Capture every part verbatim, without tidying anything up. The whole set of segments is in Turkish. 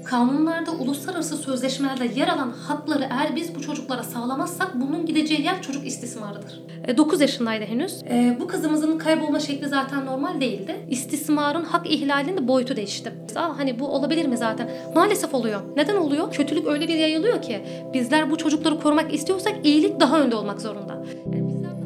Kanunlarda, uluslararası sözleşmelerde yer alan hakları eğer biz bu çocuklara sağlamazsak bunun gideceği yer çocuk istismarıdır. dokuz yaşındaydı henüz. E, bu kızımızın kaybolma şekli zaten normal değildi. İstismarın, hak ihlalinin de boyutu değişti. Aa, hani bu olabilir mi zaten? Maalesef oluyor. Neden oluyor? Kötülük öyle bir yayılıyor ki bizler bu çocukları korumak istiyorsak iyilik daha önde olmak zorunda. Yani bizler daha...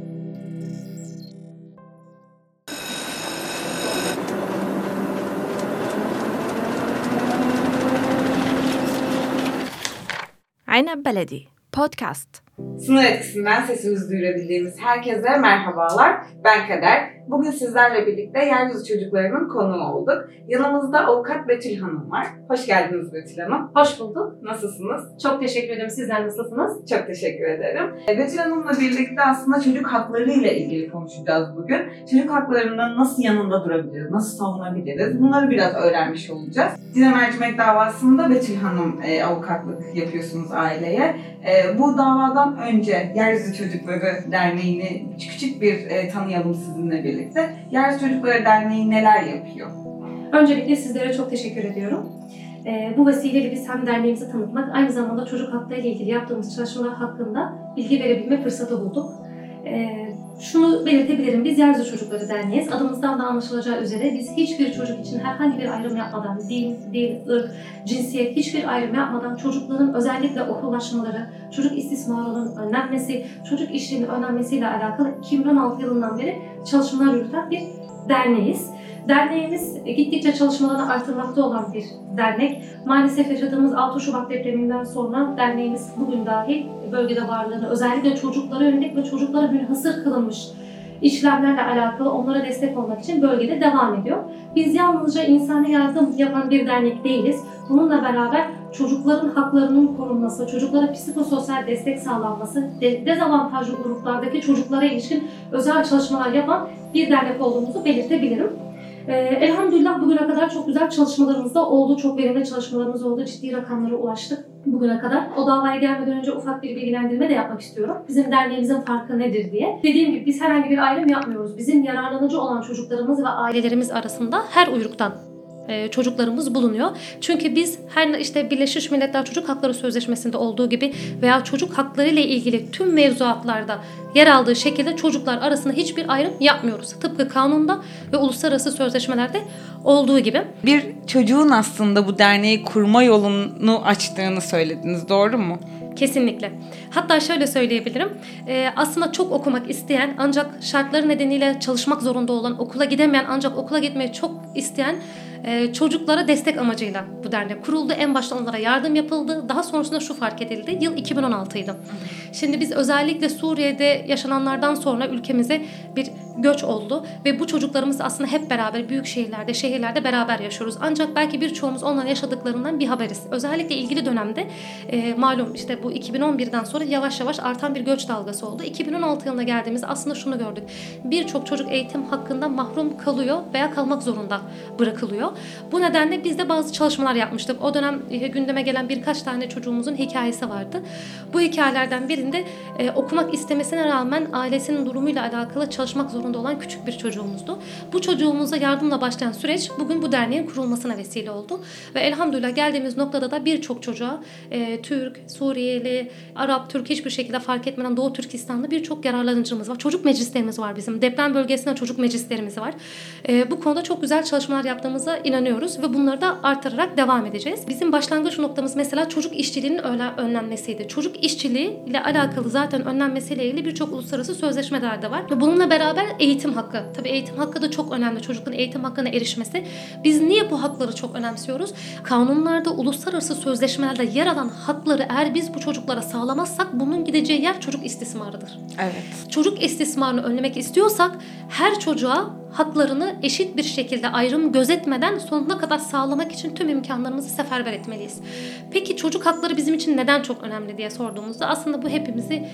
Aynab Beledi Podcast. Sınır etkisinden sesimizi duyurabildiğimiz herkese merhabalar. Ben Kader. Bugün sizlerle birlikte Yeryüzü Çocukları'nın konuğu olduk. Yanımızda avukat Betül Hanım var. Hoş geldiniz Betül Hanım. Hoş bulduk. Nasılsınız? Çok teşekkür ederim. Sizler nasılsınız? Çok teşekkür ederim. Betül Hanım'la birlikte aslında çocuk hakları ile ilgili konuşacağız bugün. Çocuk haklarının nasıl yanında durabiliriz, nasıl savunabiliriz? Bunları biraz öğrenmiş olacağız. Cine Mercimek davasında Betül Hanım e, avukatlık yapıyorsunuz aileye. E, bu davadan önce Yeryüzü Çocukları Derneği'ni küçük bir e, tanıyalım sizinle birlikte. Yeryüzü Çocukları Derneği neler yapıyor? Öncelikle sizlere çok teşekkür ediyorum. Ee, bu vesileyle biz hem derneğimizi tanıtmak, aynı zamanda çocuk hakları ile ilgili yaptığımız çalışmalar hakkında bilgi verebilme fırsatı bulduk. Ee, şunu belirtebilirim, biz Yeryüzü Çocukları Derneği'yiz. Adımızdan da anlaşılacağı üzere biz hiçbir çocuk için herhangi bir ayrım yapmadan, din, dil, ırk, cinsiyet hiçbir ayrım yapmadan çocukların özellikle okullaşmaları, çocuk istismarının önlenmesi, çocuk işçiliğinin önlenmesiyle alakalı iki bin on altı yılından beri çalışmalar yürüten bir derneğiz. Derneğimiz gittikçe çalışmalarını artırmakta olan bir dernek. Maalesef yaşadığımız altı Şubat depreminden sonra derneğimiz bugün dahi bölgede varlığını, özellikle çocuklara yönelik ve çocuklara münhasır kılınmış işlemlerle alakalı onlara destek olmak için bölgede devam ediyor. Biz yalnızca insani yardım yapan bir dernek değiliz. Bununla beraber çocukların haklarının korunması, çocuklara psikososyal destek sağlanması, dezavantajlı gruplardaki çocuklara ilişkin özel çalışmalar yapan bir dernek olduğumuzu belirtebilirim. Ee, elhamdülillah bugüne kadar çok güzel çalışmalarımız da oldu. Çok verimli çalışmalarımız oldu. Ciddi rakamlara ulaştık bugüne kadar. O davaya gelmeden önce ufak bir bilgilendirme de yapmak istiyorum. Bizim derneğimizin farkı nedir diye. Dediğim gibi biz herhangi bir ayrım yapmıyoruz. Bizim yararlanıcı olan çocuklarımız ve ailelerimiz arasında her uyruktan çocuklarımız bulunuyor. Çünkü biz her işte Birleşmiş Milletler Çocuk Hakları Sözleşmesi'nde olduğu gibi veya çocuk hakları ile ilgili tüm mevzuatlarda yer aldığı şekilde çocuklar arasında hiçbir ayrım yapmıyoruz. Tıpkı kanunda ve uluslararası sözleşmelerde olduğu gibi. Bir çocuğun aslında bu derneği kurma yolunu açtığını söylediniz, doğru mu? Kesinlikle. Hatta şöyle söyleyebilirim. Ee, aslında çok okumak isteyen ancak şartları nedeniyle çalışmak zorunda olan, okula gidemeyen ancak okula gitmeyi çok isteyen e, çocuklara destek amacıyla bu dernek kuruldu. En başta onlara yardım yapıldı. Daha sonrasında şu fark edildi. Yıl iki bin on altıydı. Şimdi biz özellikle Suriye'de yaşananlardan sonra ülkemize bir göç oldu ve bu çocuklarımız aslında hep beraber büyük şehirlerde, şehirlerde beraber yaşıyoruz. Ancak belki birçoğumuz onların yaşadıklarından bir haberiz. Özellikle ilgili dönemde e, malum işte bu iki bin on birden sonra yavaş yavaş artan bir göç dalgası oldu. iki bin on altı yılına geldiğimizde aslında şunu gördük. Birçok çocuk eğitim hakkından mahrum kalıyor veya kalmak zorunda bırakılıyor. Bu nedenle biz de bazı çalışmalar yapmıştık. O dönem e, gündeme gelen birkaç tane çocuğumuzun hikayesi vardı. Bu hikayelerden birinde e, okumak istemesine rağmen ailesinin durumuyla alakalı çalışmak zorunda olan küçük bir çocuğumuzdu. Bu çocuğumuza yardımla başlayan süreç bugün bu derneğin kurulmasına vesile oldu. Ve elhamdülillah geldiğimiz noktada da birçok çocuğa e, Türk, Suriyeli, Arap, Türk hiçbir şekilde fark etmeden Doğu Türkistan'da birçok yararlanıcımız var. Çocuk meclislerimiz var bizim. Deprem bölgesinde çocuk meclislerimiz var. E, bu konuda çok güzel çalışmalar yaptığımıza inanıyoruz ve bunları da artırarak devam edeceğiz. Bizim başlangıç noktamız mesela çocuk işçiliğinin önlenmesiydi. Çocuk işçiliği ile alakalı zaten önlenmesiyle ilgili birçok uluslararası sözleşmeler de var. Ve bununla beraber eğitim hakkı. Tabii eğitim hakkı da çok önemli. Çocukların eğitim hakkına erişmesi. Biz niye bu hakları çok önemsiyoruz? Kanunlarda, uluslararası sözleşmelerde yer alan hakları eğer biz bu çocuklara sağlamazsak bunun gideceği yer çocuk istismarıdır. Evet. Çocuk istismarını önlemek istiyorsak her çocuğa haklarını eşit bir şekilde ayrım gözetmeden sonuna kadar sağlamak için tüm imkanlarımızı seferber etmeliyiz. Peki çocuk hakları bizim için neden çok önemli diye sorduğumuzda aslında bu hepimizi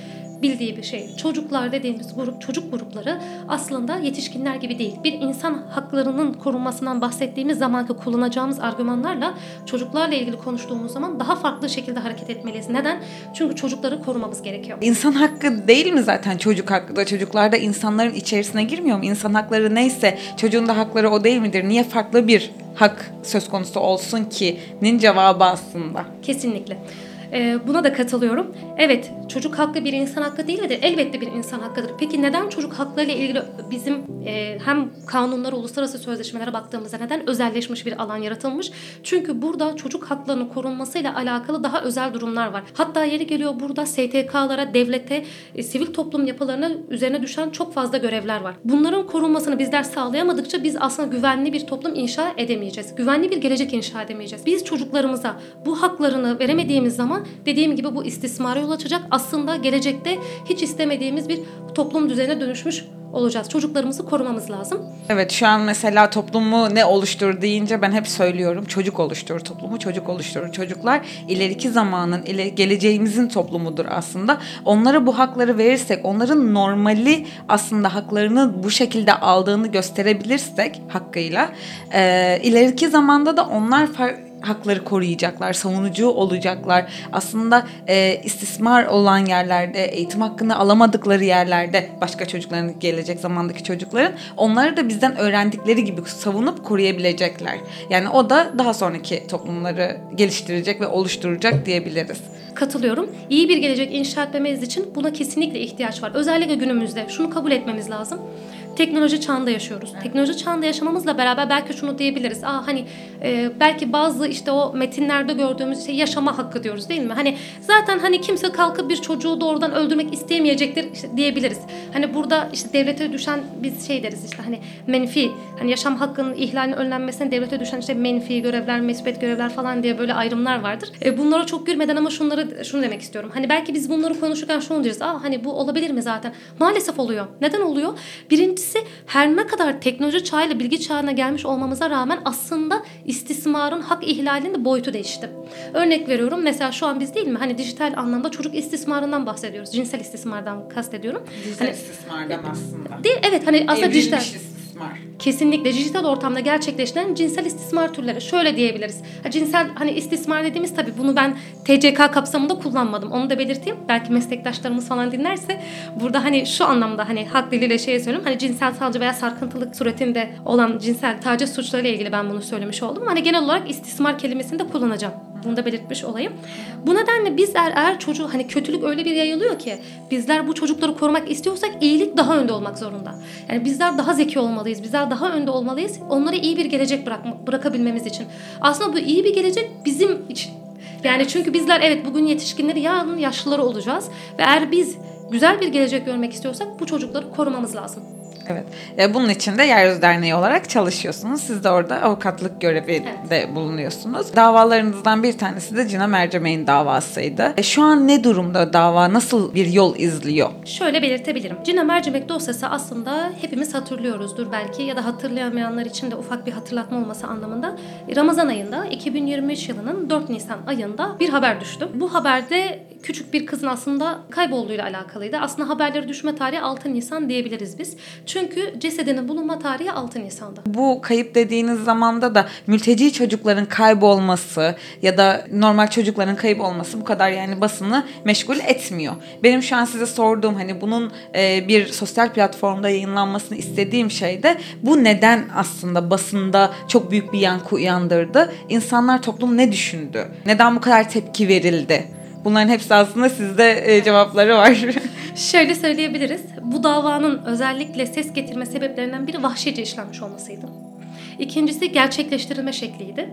bildiği bir şey. Çocuklar dediğimiz grup, çocuk grupları aslında yetişkinler gibi değil. Bir insan haklarının korunmasından bahsettiğimiz zamanki kullanacağımız argümanlarla çocuklarla ilgili konuştuğumuz zaman daha farklı şekilde hareket etmeliyiz. Neden? Çünkü çocukları korumamız gerekiyor. İnsan hakkı değil mi zaten çocuk hakkı da? Çocuklar da insanların içerisine girmiyor mu? İnsan hakları neyse çocuğun da hakları o değil midir? Niye farklı bir hak söz konusu olsun ki? Nin cevabı aslında. Kesinlikle. Buna da katılıyorum. Evet, çocuk hakkı bir insan hakkı değil midir? Elbette bir insan hakkıdır. Peki neden çocuk haklarıyla ilgili bizim e, hem kanunlara, uluslararası sözleşmelere baktığımızda neden özelleşmiş bir alan yaratılmış? Çünkü burada çocuk haklarının korunmasıyla alakalı daha özel durumlar var. Hatta yeri geliyor burada S T K'lara, devlete, e, sivil toplum yapılarına üzerine düşen çok fazla görevler var. Bunların korunmasını bizler sağlayamadıkça biz aslında güvenli bir toplum inşa edemeyeceğiz. Güvenli bir gelecek inşa edemeyeceğiz. Biz çocuklarımıza bu haklarını veremediğimiz zaman dediğim gibi bu istismara yol açacak. Aslında gelecekte hiç istemediğimiz bir toplum düzenine dönüşmüş olacağız. Çocuklarımızı korumamız lazım. Evet, şu an mesela toplumu ne oluşturur deyince ben hep söylüyorum. Çocuk oluşturur toplumu, çocuk oluşturur. Çocuklar ileriki zamanın, ile, geleceğimizin toplumudur aslında. Onlara bu hakları verirsek, onların normali aslında haklarını bu şekilde aldığını gösterebilirsek hakkıyla, e, ileriki zamanda da onlar farklı hakları koruyacaklar, savunucu olacaklar. Aslında e, istismar olan yerlerde, eğitim hakkını alamadıkları yerlerde başka çocukların, gelecek zamandaki çocukların onları da bizden öğrendikleri gibi savunup koruyabilecekler. Yani o da daha sonraki toplumları geliştirecek ve oluşturacak diyebiliriz. Katılıyorum. İyi bir gelecek inşa etmemiz için buna kesinlikle ihtiyaç var. Özellikle günümüzde şunu kabul etmemiz lazım. Teknoloji çağında yaşıyoruz. Evet. Teknoloji çağında yaşamamızla beraber belki şunu diyebiliriz. Aa hani e, belki bazı işte o metinlerde gördüğümüz şey yaşama hakkı diyoruz değil mi? Hani zaten hani kimse kalkıp bir çocuğu doğrudan öldürmek istemeyecektir işte diyebiliriz. Hani burada işte devlete düşen biz şey deriz işte hani menfi hani yaşam hakkının ihlalinin önlenmesine devlete düşen işte menfi görevler, müsbet görevler falan diye böyle ayrımlar vardır. E, bunlara çok girmeden ama şunları şunu demek istiyorum. Hani belki biz bunları konuşurken şunu deriz. Aa hani bu olabilir mi zaten? Maalesef oluyor. Neden oluyor? Birinci her ne kadar teknoloji çağıyla bilgi çağına gelmiş olmamıza rağmen aslında istismarın, hak ihlalinin de boyutu değişti. Örnek veriyorum mesela şu an biz değil mi hani dijital anlamda çocuk istismarından bahsediyoruz. Cinsel istismardan kastediyorum. Cinsel hani, istismardan aslında. Değil, evet hani aslında Evrilmiş dijital. istismar. Kesinlikle dijital ortamda gerçekleşen cinsel istismar türleri. Şöyle diyebiliriz. Ha, cinsel hani istismar dediğimiz tabii bunu ben T C K kapsamında kullanmadım. Onu da belirteyim. Belki meslektaşlarımız falan dinlerse burada hani şu anlamda hani hak diliyle şey söyleyeyim. Hani cinsel saldırı veya sarkıntılık suretinde olan cinsel taciz suçlarıyla ilgili ben bunu söylemiş oldum. Hani genel olarak istismar kelimesini de kullanacağım. Bunu da belirtmiş olayım. Bu nedenle biz eğer, eğer çocuğu hani kötülük öyle bir yayılıyor ki bizler bu çocukları korumak istiyorsak iyilik daha önde olmak zorunda. Yani bizler daha zeki olmalıyız. Bizler daha önde olmalıyız. Onlara iyi bir gelecek bırakma, bırakabilmemiz için. Aslında bu iyi bir gelecek bizim için. Yani çünkü bizler evet bugün yetişkinleri yarın yaşlıları olacağız. Ve eğer biz güzel bir gelecek görmek istiyorsak bu çocukları korumamız lazım. Evet. Bunun için de Yeryüzü Derneği olarak çalışıyorsunuz. Siz de orada avukatlık görevinde evet. bulunuyorsunuz. Davalarınızdan bir tanesi de Cina Mercimek'in davasıydı. Şu an ne durumda dava? Nasıl bir yol izliyor? Şöyle belirtebilirim. Cina Mercimek dosyası aslında hepimiz hatırlıyoruzdur belki ya da hatırlayamayanlar için de ufak bir hatırlatma olması anlamında. Ramazan ayında iki bin yirmi üç yılının dört Nisan ayında bir haber düştü. Bu haberde küçük bir kızın aslında kaybolduğuyla alakalıydı. Aslında haberleri düşme tarihi altı Nisan diyebiliriz biz. Çünkü cesedinin bulunma tarihi altı Nisan'da. Bu kayıp dediğiniz zamanda da mülteci çocukların kaybolması ya da normal çocukların kayıp olması bu kadar yani basını meşgul etmiyor. Benim şu an size sorduğum hani bunun e, bir sosyal platformda yayınlanmasını istediğim şey de bu neden aslında basında çok büyük bir yankı uyandırdı? İnsanlar, toplum ne düşündü? Neden bu kadar tepki verildi? Bunların hepsi aslında sizde e, cevapları var. Şöyle söyleyebiliriz. Bu davanın özellikle ses getirme sebeplerinden biri vahşice işlenmiş olmasıydı. İkincisi gerçekleştirilme şekliydi.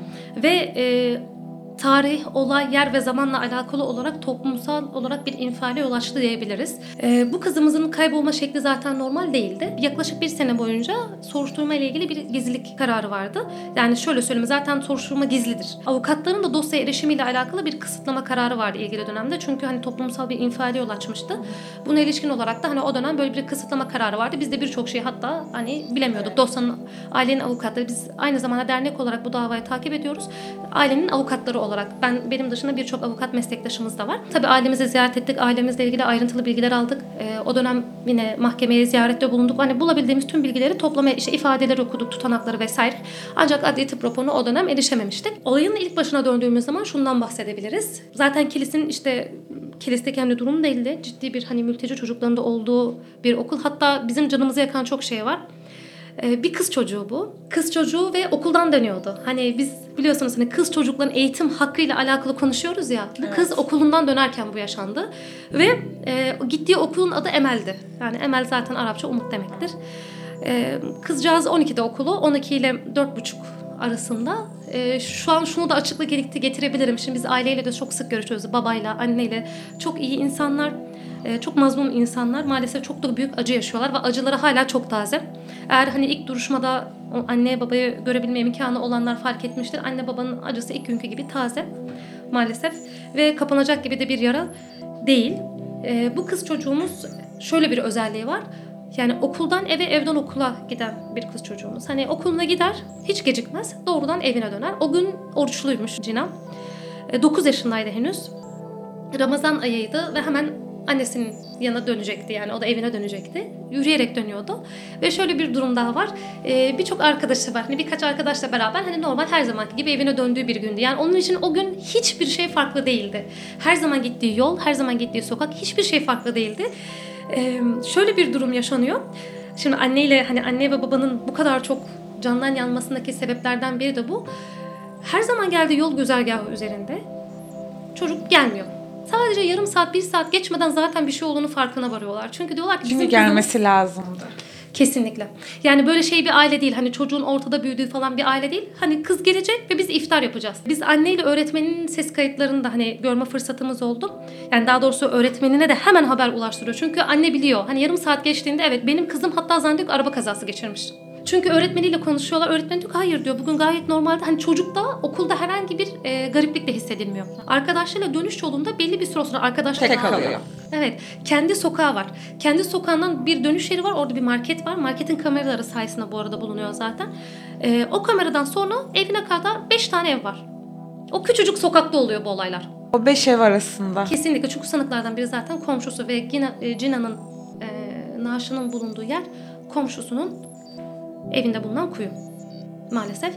Ve e, tarih, olay, yer ve zamanla alakalı olarak toplumsal olarak bir infiale yol açtı diyebiliriz. Ee, bu kızımızın kaybolma şekli zaten normal değildi. Yaklaşık bir sene boyunca soruşturma ile ilgili bir gizlilik kararı vardı. Yani şöyle söyleyeyim, zaten soruşturma gizlidir. Avukatların da dosyaya erişimiyle alakalı bir kısıtlama kararı vardı ilgili dönemde. Çünkü hani toplumsal bir infiale yol açmıştı. Buna ilişkin olarak da hani o dönem böyle bir kısıtlama kararı vardı. Biz de birçok şeyi hatta hani bilemiyorduk. Dosyanın, ailenin avukatları, biz aynı zamanda dernek olarak bu davayı takip ediyoruz. Ailenin avukatları olarak olarak ben benim dışında birçok avukat meslektaşımız da var. Tabii ailemizi ziyaret ettik. Ailemizle ilgili ayrıntılı bilgiler aldık. E, o dönem yine mahkemeye ziyarette bulunduk. Hani bulabildiğimiz tüm bilgileri toplamaya, işte ifadeleri okuduk, tutanakları vesaire. Ancak adli tıp raporuna o dönem erişememiştik. Olayın ilk başına döndüğümüz zaman şundan bahsedebiliriz. Zaten Kilis'in işte Kilis'te kendi durum değildi. Ciddi bir hani mülteci çocukların da olduğu bir okul. Hatta bizim canımızı yakan çok şey var. Ee, bir kız çocuğu bu. Kız çocuğu ve okuldan dönüyordu. Hani biz biliyorsunuz hani kız çocukların eğitim hakkıyla alakalı konuşuyoruz ya. Bu evet. Kız okulundan dönerken bu yaşandı. Ve e, gittiği okulun adı Emel'di. Yani Emel zaten Arapça umut demektir. E, kızcağız on ikide okulu. on iki ile dört buçuk arasında. E, şu an şunu da açıklık getirebilirim. Şimdi biz aileyle de çok sık görüşüyoruz. Babayla, anneyle. Çok iyi insanlar. E, çok mazlum insanlar. Maalesef çok da büyük acı yaşıyorlar ve acıları hala çok taze. Eğer hani ilk duruşmada anne babayı görebilme imkanı olanlar fark etmiştir. Anne babanın acısı ilk günkü gibi taze maalesef. Ve kapanacak gibi de bir yara değil. E, bu kız çocuğumuz şöyle bir özelliği var. Yani okuldan eve, evden okula giden bir kız çocuğumuz. Hani okuluna gider, hiç gecikmez. Doğrudan evine döner. O gün oruçluymuş Cinan. dokuz yaşındaydı henüz. Ramazan ayıydı ve hemen annesinin yanına dönecekti. Yani o da evine dönecekti. Yürüyerek dönüyordu. Ve şöyle bir durum daha var. Ee, birçok arkadaşı var. Hani birkaç arkadaşla beraber hani normal her zamanki gibi evine döndüğü bir gündü. Yani onun için o gün hiçbir şey farklı değildi. Her zaman gittiği yol, her zaman gittiği sokak hiçbir şey farklı değildi. Ee, şöyle bir durum yaşanıyor. Şimdi anneyle hani anne ve babanın bu kadar çok candan yanmasındaki sebeplerden biri de bu. Her zaman geldiği yol güzergahı üzerinde çocuk gelmiyor. Sadece yarım saat, bir saat geçmeden zaten bir şey olduğunu farkına varıyorlar. Çünkü diyorlar ki... Şimdi gelmesi kızım... lazımdı. Kesinlikle. Yani böyle şey bir aile değil. Hani çocuğun ortada büyüdüğü falan bir aile değil. Hani kız gelecek ve biz iftar yapacağız. Biz anneyle öğretmenin ses kayıtlarını da hani görme fırsatımız oldu. Yani daha doğrusu öğretmenine de hemen haber ulaştırıyor. Çünkü anne biliyor. Hani yarım saat geçtiğinde evet benim kızım hatta zannediyor ki araba kazası geçirmiş. Çünkü öğretmeniyle konuşuyorlar. Öğretmen diyor ki hayır diyor. Bugün gayet normalde. Hani çocukta okulda herhangi bir e, gariplik de hissedilmiyor. Arkadaşlarıyla dönüş yolunda belli bir süre sonra arkadaşlar tek kalıyor. Evet. Kendi sokağı var. Kendi sokağından bir dönüş yeri var. Orada bir market var. Marketin kameraları sayesinde bu arada bulunuyor zaten. E, o kameradan sonra evine kadar beş tane ev var. O küçücük sokakta oluyor bu olaylar. O beş ev arasında. Kesinlikle. Çünkü sanıklardan biri zaten komşusu ve Gina, e, Cina'nın e, naaşının bulunduğu yer komşusunun evinde bulunan kuyu. Maalesef.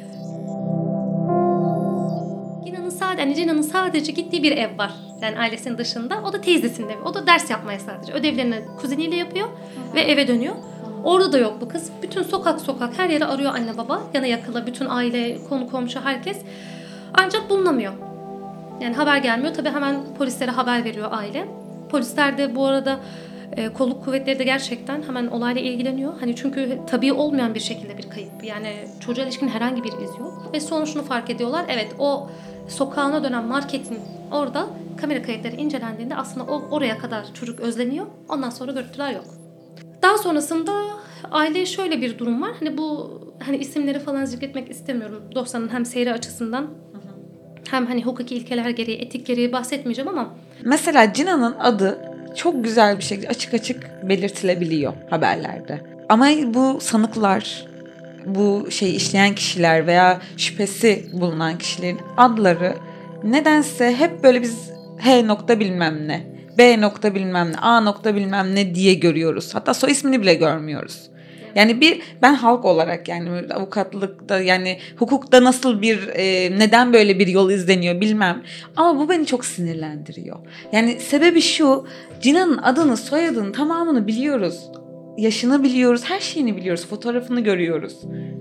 Gina'nın sadece, yani Cina'nın sadece gittiği bir ev var. Yani ailesinin dışında. O da teyzesinin evi. O da ders yapmaya sadece. Ödevlerini kuzeniyle yapıyor ve eve dönüyor. Orada da yok bu kız. Bütün sokak sokak her yeri arıyor anne baba. Yana yakıla bütün aile, konu komşu herkes. Ancak bulunamıyor. Yani haber gelmiyor. Tabii hemen polislere haber veriyor aile. Polisler de bu arada E, kolluk kuvvetleri de gerçekten hemen olayla ilgileniyor. Hani çünkü tabii olmayan bir şekilde bir kayıp. Yani çocuğa ilişkin herhangi bir iz yok. Ve sonra şunu fark ediyorlar. Evet o sokağına dönen marketin orada kamera kayıtları incelendiğinde aslında o, oraya kadar çocuk özleniyor. Ondan sonra görüntüler yok. Daha sonrasında aile şöyle bir durum var. Hani bu hani isimleri falan zikretmek istemiyorum. Dosyanın hem seyri açısından hem hani hukuki ilkeler gereği, etik gereği bahsetmeyeceğim ama. Mesela Cina'nın adı çok güzel bir şekilde açık açık belirtilebiliyor haberlerde. Ama bu sanıklar, bu şey işleyen kişiler veya şüphesi bulunan kişilerin adları nedense hep böyle biz H nokta bilmem ne, B nokta bilmem ne, A nokta bilmem ne diye görüyoruz. Hatta soy ismini bile görmüyoruz. Yani bir ben halk olarak yani avukatlıkta yani hukukta nasıl bir e, neden böyle bir yol izleniyor bilmem ama bu beni çok sinirlendiriyor. Yani sebebi şu, Cina'nın adını soyadını tamamını biliyoruz. Yaşını biliyoruz, her şeyini biliyoruz, fotoğrafını görüyoruz.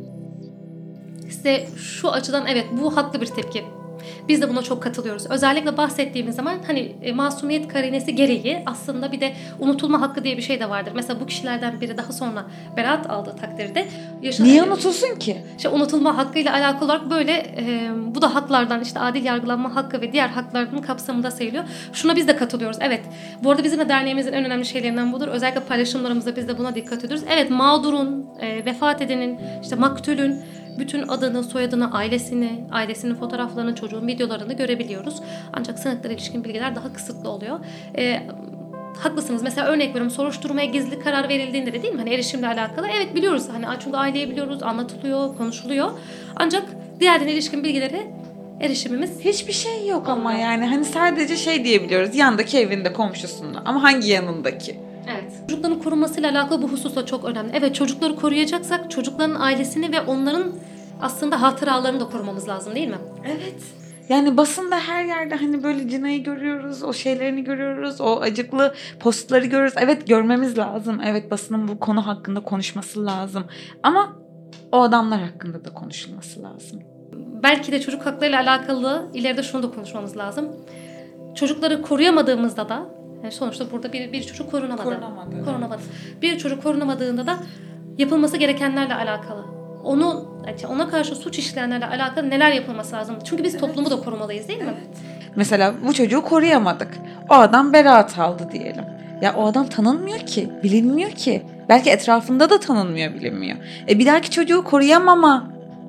İşte şu açıdan evet bu haklı bir tepki. Biz de buna çok katılıyoruz. Özellikle bahsettiğimiz zaman hani e, masumiyet karinesi gereği aslında bir de unutulma hakkı diye bir şey de vardır. Mesela bu kişilerden biri daha sonra beraat aldığı takdirde yaşanan... Niye unutulsun ki? İşte unutulma hakkıyla alakalı olarak böyle e, bu da haklardan işte adil yargılanma hakkı ve diğer hakların kapsamında sayılıyor. Şuna biz de katılıyoruz. Evet. Bu arada bizim de derneğimizin en önemli şeylerinden budur. Özellikle paylaşımlarımızda biz de buna dikkat ediyoruz. Evet mağdurun, e, vefat edenin, işte maktulün bütün adını, soyadını, ailesini, ailesinin fotoğraflarını, çocuğun videolarını görebiliyoruz. Ancak sanıklara ilişkin bilgiler daha kısıtlı oluyor. Ee, haklısınız. Mesela örnek veriyorum soruşturmaya gizli karar verildiğinde de değil mi? Hani erişimle alakalı. Evet biliyoruz. Hani çünkü aileyi biliyoruz, anlatılıyor, konuşuluyor. Ancak diğerlerine ilişkin bilgileri erişimimiz hiçbir şey yok ama yani hani sadece şey diyebiliyoruz, yandaki evinde, komşusunda, ama hangi yanındaki? Evet. Çocukların korunmasıyla alakalı bu husus da çok önemli. Evet, çocukları koruyacaksak çocukların ailesini ve onların aslında hatıralarını da korumamız lazım, değil mi? Evet. Yani basında her yerde hani böyle Cina'yı görüyoruz, o şeylerini görüyoruz, o acıklı postları görüyoruz. Evet, görmemiz lazım. Evet, basının bu konu hakkında konuşması lazım. Ama o adamlar hakkında da konuşulması lazım. Belki de çocuk haklarıyla alakalı ileride şunu da konuşmamız lazım. Çocukları koruyamadığımızda da, yani sonuçta burada bir, bir çocuk korunamadı. Korunamadı. Korunamadı. Bir çocuk korunamadığında da yapılması gerekenlerle alakalı. Onu, ona karşı suç işleyenlerle alakalı neler yapılması lazım? Çünkü biz evet. toplumu da korumalıyız, değil mi? Evet. Mesela bu çocuğu koruyamadık. O adam beraat aldı diyelim. Ya o adam tanınmıyor ki, bilinmiyor ki. Belki etrafında da tanınmıyor, bilinmiyor. E bir dahaki çocuğu koruyamama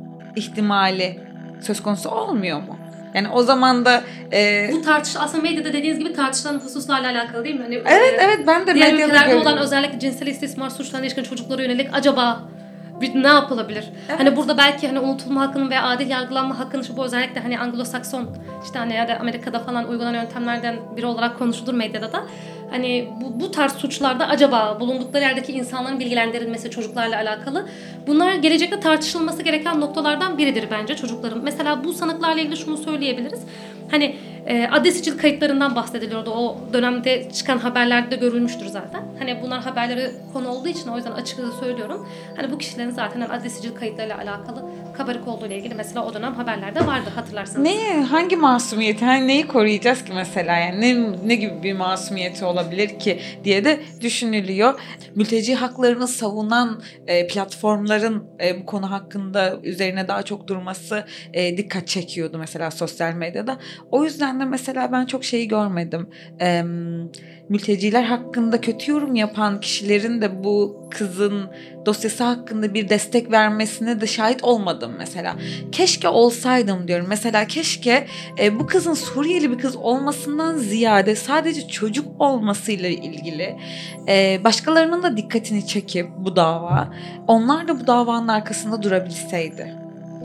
ihtimali söz konusu olmuyor mu? Yani o zaman da... E... Bu tartış aslında medyada dediğiniz gibi tartışılan hususlarla alakalı, değil mi? Hani, evet, e, evet ben de diğer medyada ülkelerde görüyorum. olan özellikle cinsel istismar suçlarına ilişkin çocuklara yönelik acaba bir, ne yapılabilir? Evet. Hani burada belki hani unutulma hakkının veya adil yargılanma hakkının, şu bu özellikle hani Anglo-Sakson, işte hani ya da Amerika'da falan uygulanan yöntemlerden biri olarak konuşulur medyada da. Hani bu, bu tarz suçlarda acaba bulundukları yerdeki insanların bilgilendirilmesi çocuklarla alakalı. Bunlar gelecekte tartışılması gereken noktalardan biridir bence çocukların. Mesela bu sanıklarla ilgili şunu söyleyebiliriz. Hani e, adli sicil kayıtlarından bahsediliyordu. O dönemde çıkan haberlerde görülmüştür zaten. Hani bunlar haberleri konu olduğu için o yüzden açıkça söylüyorum. Hani bu kişilerin zaten adli sicil kayıtlarıyla alakalı kabarık olduğu ile ilgili mesela o dönem haberlerde vardı, hatırlarsınız. Neye, hangi masumiyeti, hani neyi koruyacağız ki mesela, yani ne, ne gibi bir masumiyeti olabilir ki diye de düşünülüyor. Mülteci haklarını savunan e, platformların e, bu konu hakkında üzerine daha çok durması e, dikkat çekiyordu mesela sosyal medyada. O yüzden de mesela ben çok şeyi görmedim. E, mülteciler hakkında kötü yorum yapan kişilerin de bu kızın dosyası hakkında bir destek vermesine de şahit olmadım mesela. Keşke olsaydım diyorum. Mesela keşke e, bu kızın Suriyeli bir kız olmasından ziyade sadece çocuk olmasıyla ilgili e, başkalarının da dikkatini çekip bu dava, onlar da bu davanın arkasında durabilseydi.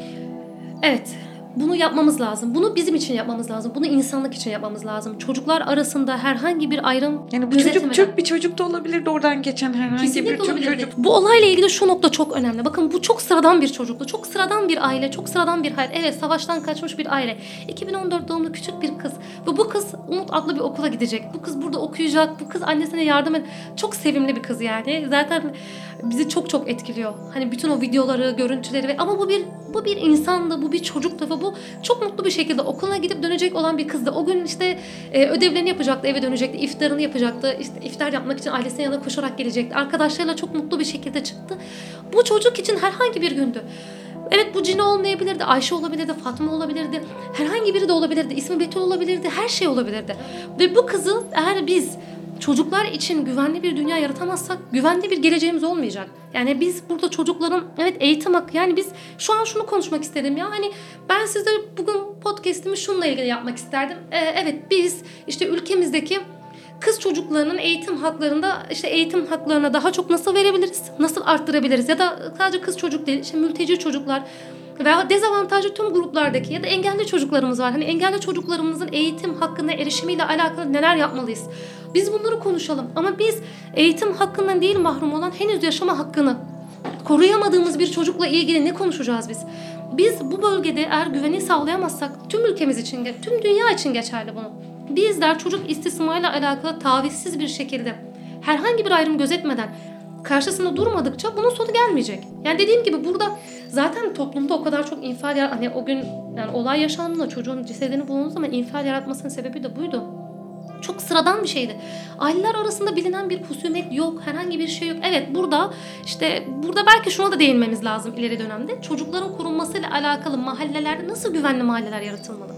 Evet. Bunu yapmamız lazım. Bunu bizim için yapmamız lazım. Bunu insanlık için yapmamız lazım. Çocuklar arasında herhangi bir ayrım yani bu çocuk Türk bir çocuk da olabilirdi, oradan geçen herhangi kesinlikle bir Türk çocuk. Bu olayla ilgili şu nokta çok önemli. Bakın bu çok sıradan bir çocuklu. Çok sıradan bir aile. Çok sıradan bir hayat. Evet, savaştan kaçmış bir aile. iki bin on dört doğumlu küçük bir kız. Ve bu kız Umut adlı bir okula gidecek. Bu kız burada okuyacak. Bu kız annesine yardım et. Çok sevimli bir kız yani. Zaten bizi çok çok etkiliyor. Hani bütün o videoları, görüntüleri ve ama bu bir bu bir insandı, bu bir çocuktu ve bu çok mutlu bir şekilde okuluna gidip dönecek olan bir kızdı. O gün işte e, ödevlerini yapacaktı, eve dönecekti, iftarını yapacaktı. İşte iftar yapmak için ailesinin yanına koşarak gelecekti. Arkadaşlarıyla çok mutlu bir şekilde çıktı. Bu çocuk için herhangi bir gündü. Evet, bu Cina olmayabilirdi, Ayşe olabilirdi, Fatma olabilirdi. Herhangi biri de olabilirdi, ismi Betül olabilirdi, her şey olabilirdi. Ve bu kızı eğer biz çocuklar için güvenli bir dünya yaratamazsak güvenli bir geleceğimiz olmayacak. Yani biz burada çocukların evet eğitim hakkı, yani biz şu an şunu konuşmak istedim ya, hani ben size bugün podcast'imi şununla ilgili yapmak isterdim. Ee, evet biz işte ülkemizdeki kız çocuklarının eğitim haklarında işte eğitim haklarına daha çok nasıl verebiliriz, nasıl arttırabiliriz ya da sadece kız çocuk değil, işte mülteci çocuklar veya dezavantajlı tüm gruplardaki ya da engelli çocuklarımız var. Hani engelli çocuklarımızın eğitim hakkına erişimiyle alakalı neler yapmalıyız? Biz bunları konuşalım. Ama biz eğitim hakkından değil mahrum olan henüz yaşama hakkını koruyamadığımız bir çocukla ilgili ne konuşacağız biz? Biz bu bölgede eğer güveni sağlayamazsak tüm ülkemiz için, tüm dünya için geçerli bunu. Bizler çocuk istismarıyla alakalı tavizsiz bir şekilde herhangi bir ayrım gözetmeden karşısında durmadıkça bunun sonu gelmeyecek. Yani dediğim gibi burada zaten toplumda o kadar çok infial yarat, hani o gün yani olay yaşandığında çocuğun cesedini bulunduğu zaman infial yaratmasının sebebi de buydu. Çok sıradan bir şeydi. Aileler arasında bilinen bir husumet yok, herhangi bir şey yok. Evet, burada işte burada belki şuna da değinmemiz lazım ileri dönemde. Çocukların korunmasıyla alakalı mahallelerde nasıl güvenli mahalleler yaratılmalı?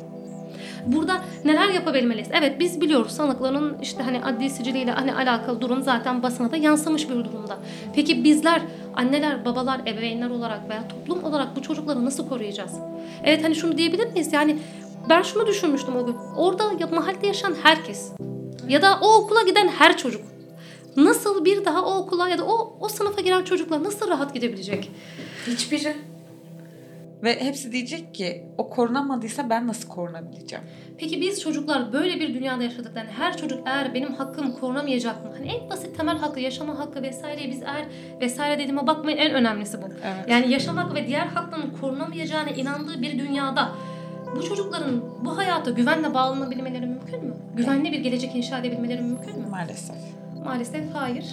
Burada neler yapabilmeliyiz? Evet, biz biliyoruz sanıkların işte hani adli siciliyle hani alakalı durum zaten basına da yansımış bir durumda. Peki bizler, anneler, babalar, ebeveynler olarak veya toplum olarak bu çocukları nasıl koruyacağız? Evet, hani şunu diyebilir miyiz? Yani ben şunu düşünmüştüm o gün. Orada ya, mahallede yaşayan herkes ya da o okula giden her çocuk nasıl bir daha o okula ya da o o sınıfa giren çocuklar nasıl rahat gidebilecek? Hiçbiri. Ve hepsi diyecek ki o korunamadıysa ben nasıl korunabileceğim? Peki biz çocuklar böyle bir dünyada yaşadık. Yani her çocuk eğer benim hakkım korunamayacak mı? Hani en basit temel hakkı, yaşama hakkı vesaireyi biz eğer vesaire dediğime bakmayın, en önemlisi bu. Evet. Yani yaşamak ve diğer hakların korunamayacağına inandığı bir dünyada bu çocukların bu hayata güvenle bağlanabilmeleri mümkün mü? Güvenli bir gelecek inşa edebilmeleri mümkün mü? Maalesef. Maalesef hayır.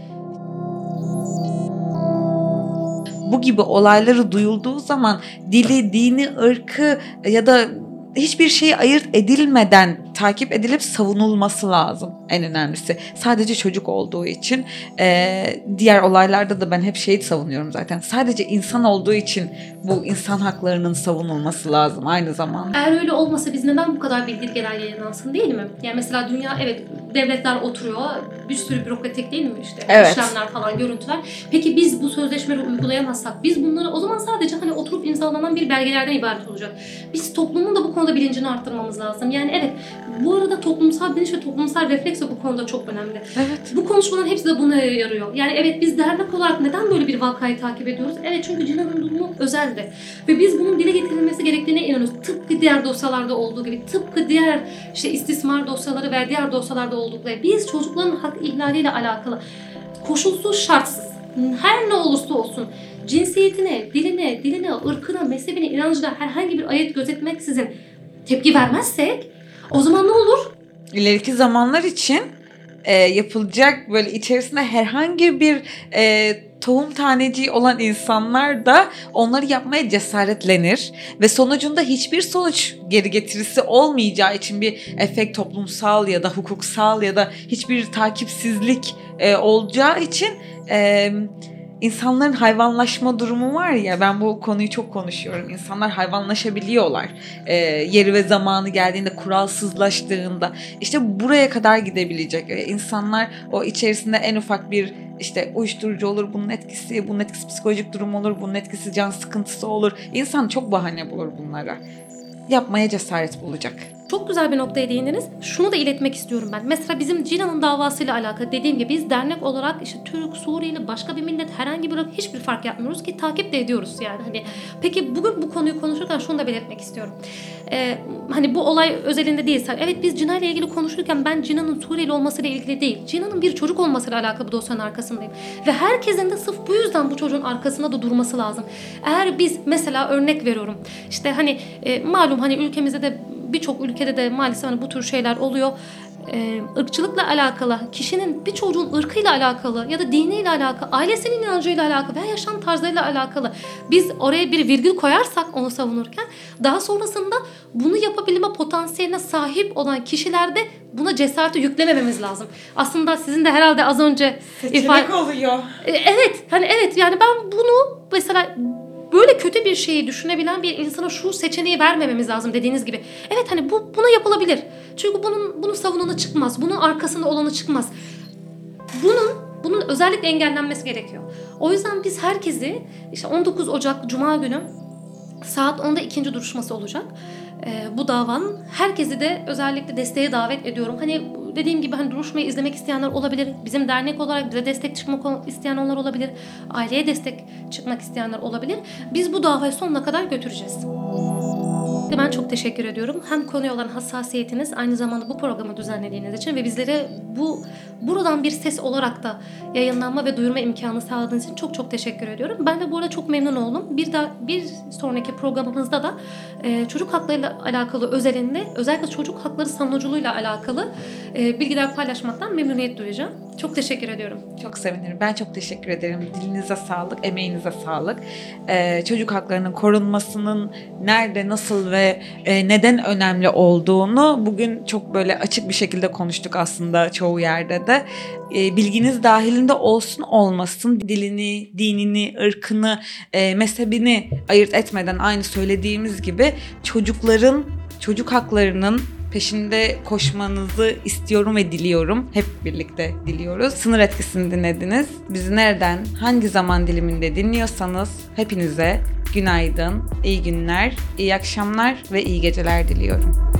Bu gibi olayları duyulduğu zaman dili, dini, ırkı ya da hiçbir şey ayırt edilmeden takip edilip savunulması lazım en önemlisi. Sadece çocuk olduğu için e, diğer olaylarda da ben hep şeyi savunuyorum zaten. Sadece insan olduğu için bu insan haklarının savunulması lazım aynı zamanda. Eğer öyle olmasa biz neden bu kadar bildirgeler yayınlansın, değil mi? Yani mesela dünya, evet, devletler oturuyor, bir sürü bürokratik değil mi işte, evet. işlemler falan, görüntüler. Peki biz bu sözleşmeleri uygulayamazsak, biz bunları o zaman sadece hani oturup imzalanan bir belgelerden ibaret olacak. Biz toplumun da bu konuda bilincini arttırmamız lazım. Yani evet, bu arada toplumsal bilinç ve toplumsal refleks de bu konuda çok önemli. Evet. Bu konuşmaların hepsi de buna yarıyor. Yani evet, biz dernek olarak neden böyle bir vakayı takip ediyoruz? Evet, çünkü Cinan'ın durumu özeldi. Ve biz bunun dile getirilmesi gerektiğine inanıyoruz. Tıpkı diğer dosyalarda olduğu gibi, tıpkı diğer işte istismar dosyaları ve diğer dosyalarda olduğu gibi. Biz çocukların hak ihlaliyle alakalı koşulsuz, şartsız, her ne olursa olsun cinsiyetine, diline, diline, ırkına, mezhebine, inancına herhangi bir ayet gözetmeksizin tepki vermezsek o zaman ne olur? İleriki zamanlar için e, yapılacak böyle içerisinde herhangi bir e, tohum taneciği olan insanlar da onları yapmaya cesaretlenir ve sonucunda hiçbir sonuç geri getirisi olmayacağı için bir efekt toplumsal ya da hukuksal ya da hiçbir takipsizlik e, olacağı için e, İnsanların hayvanlaşma durumu var ya, ben bu konuyu çok konuşuyorum. İnsanlar hayvanlaşabiliyorlar. Ee, yeri ve zamanı geldiğinde, kuralsızlaştığında işte buraya kadar gidebilecek. Ee, insanlar o içerisinde en ufak bir işte uyuşturucu olur, bunun etkisi, bunun etkisi psikolojik durum olur, bunun etkisi can sıkıntısı olur. İnsan çok bahane bulur bunlara. Yapmaya cesaret bulacak. Çok güzel bir noktaya değindiniz. Şunu da iletmek istiyorum ben. Mesela bizim Cinan'ın davasıyla alakalı dediğim gibi biz dernek olarak işte Türk, Suriyeli, başka bir millet, herhangi bir hiçbir fark yapmıyoruz ki takip de ediyoruz yani. Hani peki bugün bu konuyu konuşurken şunu da belirtmek istiyorum. Ee, hani bu olay özelinde değil. Evet, biz Cina ile ilgili konuşurken ben Cinan'ın Suriyeli olmasıyla ilgili değil, Cinan'ın bir çocuk olmasıyla alakalı bu dosyanın arkasındayım. Ve herkesin de sırf bu yüzden bu çocuğun arkasında da durması lazım. Eğer biz mesela örnek veriyorum. İşte hani e, malum hani ülkemizde de birçok ülkede de maalesef hani bu tür şeyler oluyor. Ee, ırkçılıkla alakalı, kişinin bir çocuğun ırkıyla alakalı ya da diniyle alakalı, ailesinin inancıyla alakalı veya yaşam tarzıyla alakalı biz oraya bir virgül koyarsak onu savunurken daha sonrasında bunu yapabilme potansiyeline sahip olan kişilerde buna cesareti yüklemememiz lazım. Aslında sizin de herhalde az önce seçenek ifade... oluyor. Ee, evet, hani evet yani ben bunu mesela böyle kötü bir şeyi düşünebilen bir insana şu seçeneği vermememiz lazım dediğiniz gibi. Evet, hani bu buna yapılabilir. Çünkü bunun bunun savunanı çıkmaz. Bunun arkasında olanı çıkmaz. Bunun bunun özellikle engellenmesi gerekiyor. O yüzden biz herkesi işte on dokuz Ocak Cuma günü saat onda ikinci duruşması olacak. Ee, bu davanın herkesi de özellikle desteğe davet ediyorum. Hani dediğim gibi hani duruşmayı izlemek isteyenler olabilir. Bizim dernek olarak bize destek çıkmak isteyenler olabilir. Aileye destek çıkmak isteyenler olabilir. Biz bu davayı sonuna kadar götüreceğiz. Ben çok teşekkür ediyorum. Hem konuya olan hassasiyetiniz, aynı zamanda bu programı düzenlediğiniz için ve bizlere bu buradan bir ses olarak da yayınlanma ve duyurma imkanı sağladığınız için çok çok teşekkür ediyorum. Ben de bu arada çok memnun oldum. Bir daha bir sonraki programımızda da e, çocuk haklarıyla alakalı özelinde, özellikle çocuk hakları savunuculuğuyla alakalı e, bilgiler paylaşmaktan memnuniyet duyacağım. Çok teşekkür ediyorum. Çok sevinirim. Ben çok teşekkür ederim. Dilinize sağlık, emeğinize sağlık. Ee, çocuk haklarının korunmasının nerede, nasıl ve e, neden önemli olduğunu bugün çok böyle açık bir şekilde konuştuk aslında çoğu yerde de. E, bilginiz dahilinde olsun olmasın, dilini, dinini, ırkını, e, mezhebini ayırt etmeden aynı söylediğimiz gibi çocukların, çocuk haklarının peşinde koşmanızı istiyorum ve diliyorum. Hep birlikte diliyoruz. Sınır Etkisi'ni dinlediniz. Bizi nereden, hangi zaman diliminde dinliyorsanız hepinize günaydın, iyi günler, iyi akşamlar ve iyi geceler diliyorum.